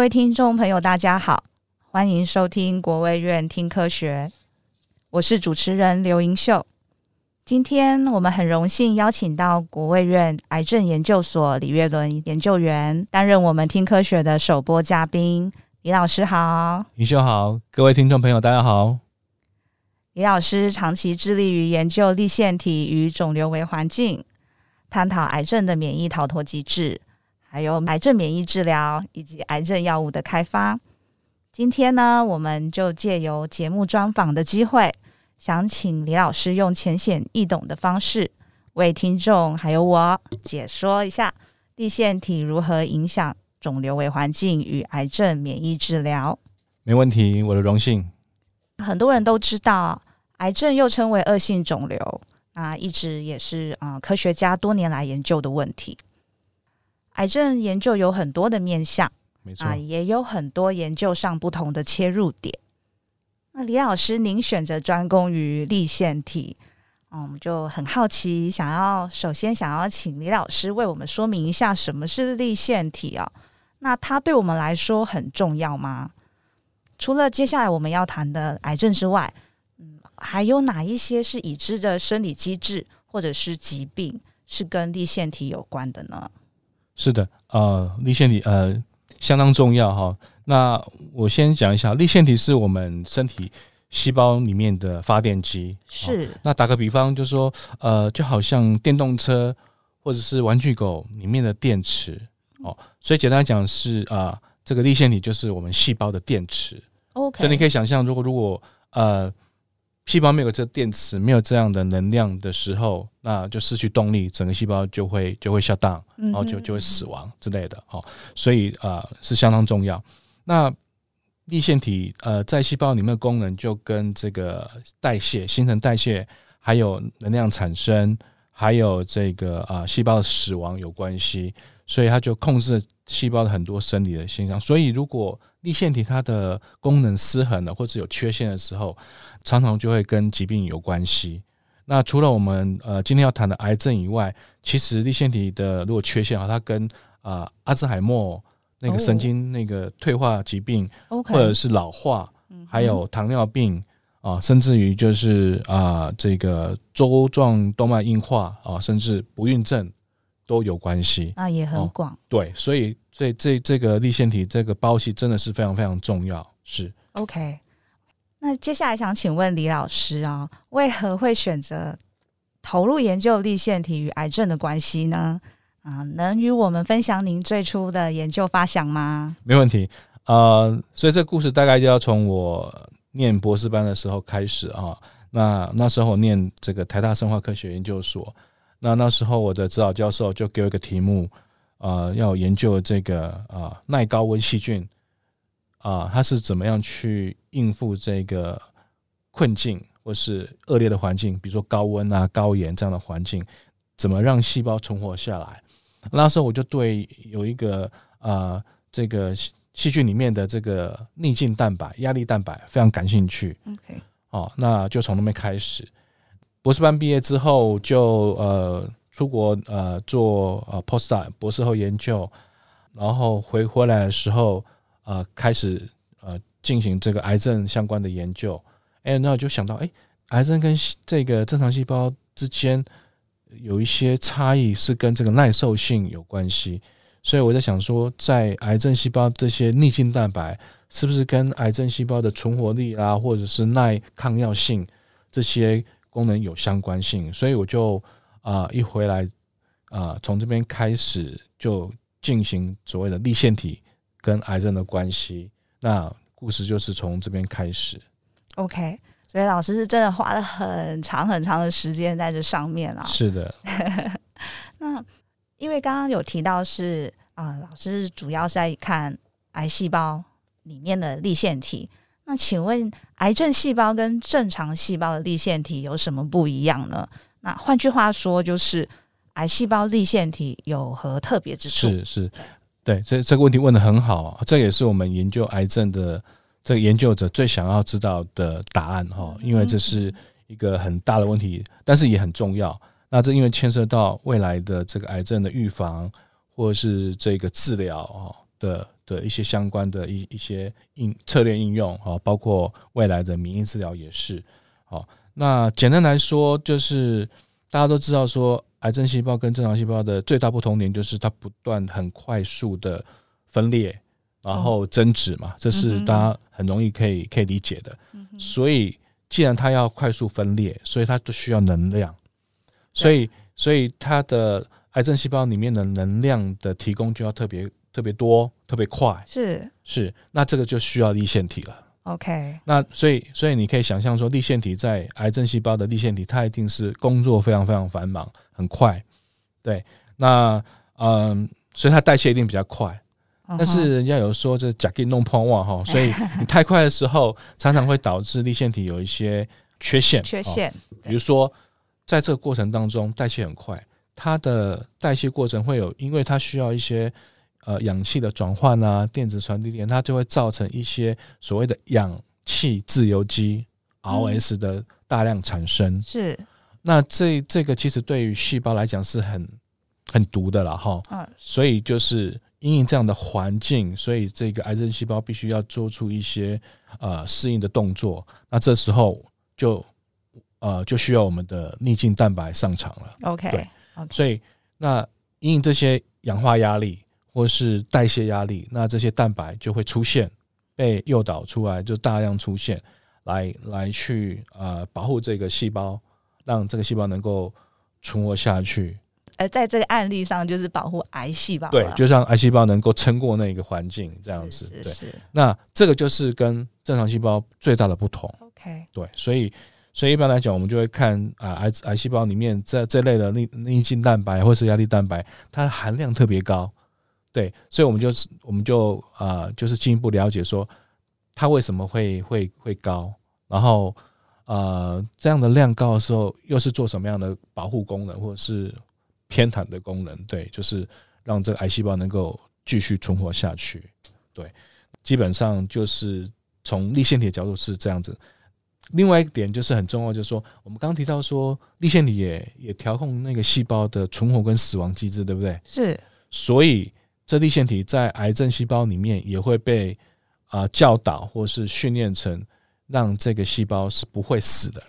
位听众朋友大家好，欢迎收听国卫院听科学，我是主持人刘盈秀。今天我们很荣幸邀请到国卫院癌症研究所李月伦研究员担任我们听科学的首播嘉宾。李老师好。 盈秀好，各位听众朋友大家好。 李老师长期致力于研究粒线体与肿瘤微环境，探讨癌症的免疫逃脱机制，还有癌症免疫治疗以及癌症药物的开发。今天呢，我们就借由节目专访的机会，想请李老师用浅显易懂的方式为听众还有我解说一下粒线体如何影响肿瘤微环境与癌症免疫治疗。 没问题，我的荣幸。 很多人都知道癌症又称为恶性肿瘤，那一直也是科学家多年来研究的问题。癌症研究有很多的面向， 没错， 也有很多研究上不同的切入点。那李老师您选择专攻于粒线体，我们就很好奇，首先想要请李老师为我们说明一下什么是粒线体啊？那它对我们来说很重要吗？除了接下来我们要谈的癌症之外，还有哪一些是已知的生理机制或者是疾病是跟粒线体有关的呢？ 是的，粒线体相当重要哈。那我先讲一下，粒线体是我们身体细胞里面的发电机。 是。 那打个比方，就是说，就好像电动车或者是玩具狗里面的电池。所以简单来讲是这个粒线体就是我们细胞的电池。 OK。 所以你可以想象，如果细胞没有这电池，没有这样的能量的时候，那就失去动力，整个细胞就会shut down，然后就会死亡之类的。所以是相当重要。那粒线体在细胞里面的功能就跟这个代谢、新陈代谢，还有能量产生，还有这个细胞的死亡有关系。所以它就控制了细胞的很多生理的现象。所以如果粒线体它的功能失衡了或者有缺陷的时候，常常就会跟疾病有关系。那除了我们今天要谈的癌症以外，其实粒线体的如果缺陷，它跟阿兹海默那个神经那个退化疾病，或者是老化，还有糖尿病甚至于就是这个粥状动脉硬化甚至不孕症都有关系。 那也很广。 对，所以这个粒线体这个包系真的是非常非常重要。是 OK。那接下来想请问李老师为何会选择投入研究粒线体与癌症的关系呢？能与我们分享您最初的研究发想吗？ 没问题。所以这个故事大概就要从我念博士班的时候开始那时候我念这个台大生化科学研究所。那时候我的指导教授就给我一个题目，要研究这个耐高温细菌它是怎么样去应付这个困境或是恶劣的环境，比如说高温高盐这样的环境，怎么让细胞存活下来。那时候我就对有一个这个细菌里面的这个逆境蛋白、压力蛋白非常感兴趣。 OK。 那就从那边开始。博士班毕业之后就出国做postdoc 博士后研究，然后回来的时候开始进行这个癌症相关的研究。那我就想到癌症跟这个正常细胞之间有一些差异，是跟这个耐受性有关系。所以我在想说，在癌症细胞这些逆境蛋白是不是跟癌症细胞的存活力或者是耐抗药性这些功能有相关性。所以我就一回来从这边开始就进行所谓的粒线体跟癌症的关系。那故事就是从这边开始。 OK。 所以老师是真的花了很长很长的时间在这上面是的。 那因为刚刚有提到是老师主要是在看癌细胞里面的粒线体，那请问癌症细胞跟正常细胞的粒线体有什么不一样呢？那换句话说，就是癌细胞粒线体有何特别之处？ 是，对，这个问题问得很好，这也是我们研究癌症的这个研究者最想要知道的答案，因为这是一个很大的问题，但是也很重要。那这因为牵涉到未来的这个癌症的预防或者是这个治疗的的一些相关的一些策略应用，包括未来的免疫治疗也是。那简单来说，就是大家都知道说，癌症细胞跟正常细胞的最大不同点就是它不断很快速的分裂，然后增殖嘛，这是大家很容易可以理解的。所以既然它要快速分裂，所以它都需要能量，所以它的癌症细胞里面的能量的提供就要特别多、特别快。是，那这个就需要粒线体了。 OK， 那所以你可以想象说，粒线体在癌症细胞的粒线体，它一定是工作非常非常繁忙，很快。对，那所以它代谢一定比较快。但是人家有说这假给弄碰哇哈，所以你太快的时候，常常会导致粒线体有一些缺陷。比如说在这个过程当中，代谢很快，它的代谢过程会有，因为它需要一些氧气的转换啊，电子传递链，它就会造成一些所谓的氧气自由基 ROS 的大量产生。 是， 那这个其实对于细胞来讲是很毒的啦哈。所以就是因应这样的环境，所以这个癌症细胞必须要做出一些适应的动作。那这时候就需要我们的逆境蛋白上场了。 OK， 对，所以那因应这些氧化压力或是代谢压力，那这些蛋白就会出现，被诱导出来，就大量出现，来去保护这个细胞，让这个细胞能够存活下去。 在这个案例上，就是保护癌细胞， 对，就让癌细胞能够撑过那个环境，这样子。对，那这个就是跟正常细胞最大的不同。 OK， 对，所以一般来讲，我们就会看癌细胞里面这类的逆境蛋白或是压力蛋白，它的含量特别高。对，所以我们就就是进一步了解说它为什么会高，然后这样的量高的时候又是做什么样的保护功能或者是偏袒的功能。对，就是让这个癌细胞能够继续存活下去。对，基本上就是从粒线体的角度是这样子。另外一点就是很重要，就是说我们刚刚提到说粒线体也调控那个细胞的存活跟死亡机制，对不对？ 是， 所以这粒线体在癌症细胞里面也会被教导或是训练成让这个细胞是不会死的。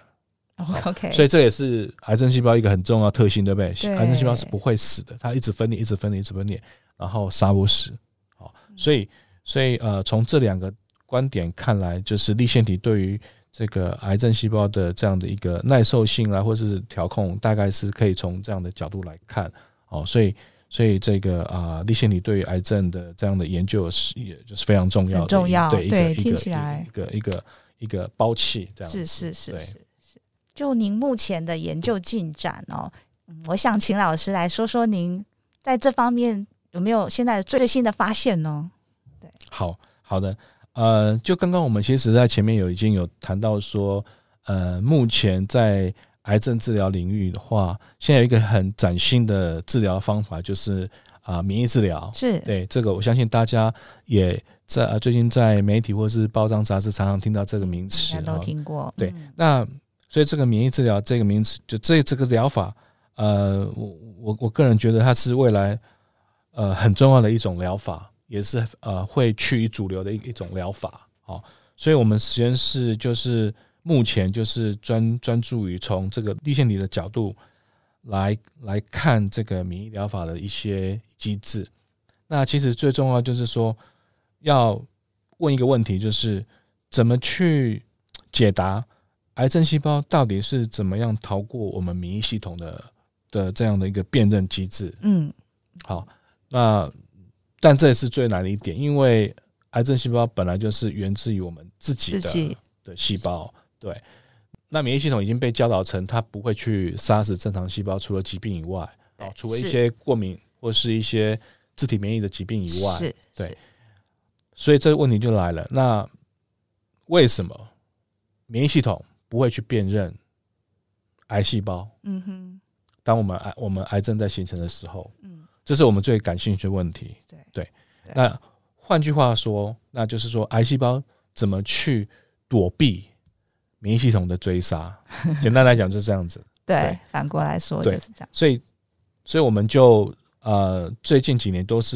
OK， 所以这也是癌症细胞一个很重要的特性，对不对？癌症细胞是不会死的，它一直分裂，然后杀不死。所以从这两个观点看来，就是粒线体对于这个癌症细胞的这样的一个耐受性啦，或是调控，大概是可以从这样的角度来看。所以这个粒线体对于癌症的这样的研究也就是非常重要的， 很重要。对，听起来一个包器这样子。 是。就您目前的研究进展我想请老师来说说您在这方面有没有现在最新的发现呢？对， 好的。就刚刚我们其实在前面已经有谈到说，目前在癌症治疗领域的话，现在有一个很崭新的治疗方法，就是免疫治疗。 是， 对，这个我相信大家也在最近在媒体或是报章杂志常常听到这个名词， 应该都听过。 对，那所以这个免疫治疗这个名词，就这个疗法，我个人觉得它是未来很重要的一种疗法，也是会趋于主流的一种疗法。所以我们实验室就是目前就是专注于从这个粒线体的角度来看这个免疫疗法的一些机制。那其实最重要就是说要问一个问题，就是怎么去解答癌症细胞到底是怎么样逃过我们免疫系统的这样的一个辨认机制。好，那但这也是最难的一点，因为癌症细胞本来就是源自于我们自己的细胞。对，那免疫系统已经被教导成它不会去杀死正常细胞，除了疾病以外，除了一些过敏或是一些自体免疫的疾病以外。对，所以这个问题就来了，那为什么免疫系统不会去辨认癌细胞？当我们癌症在形成的时候，这是我们最感兴趣的问题。对，那换句话说，那就是说癌细胞怎么去躲避免疫系统的追杀？简单来讲就是这样子。 对，反过来说就是这样。 所以我们就最近几年都是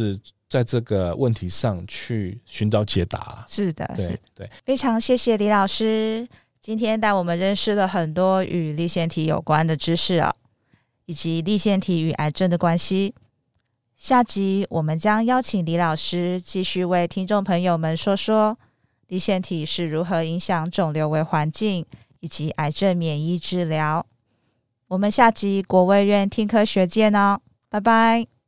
在这个问题上去寻找解答。 是的， 对对， 非常谢谢李老师，今天带我们认识了很多与粒线体有关的知识以及粒线体与癌症的关系。下集我们将邀请李老师继续为听众朋友们说说粒线体是如何影响肿瘤微环境以及癌症免疫治疗。我们下集国卫院听科学见哦，拜拜。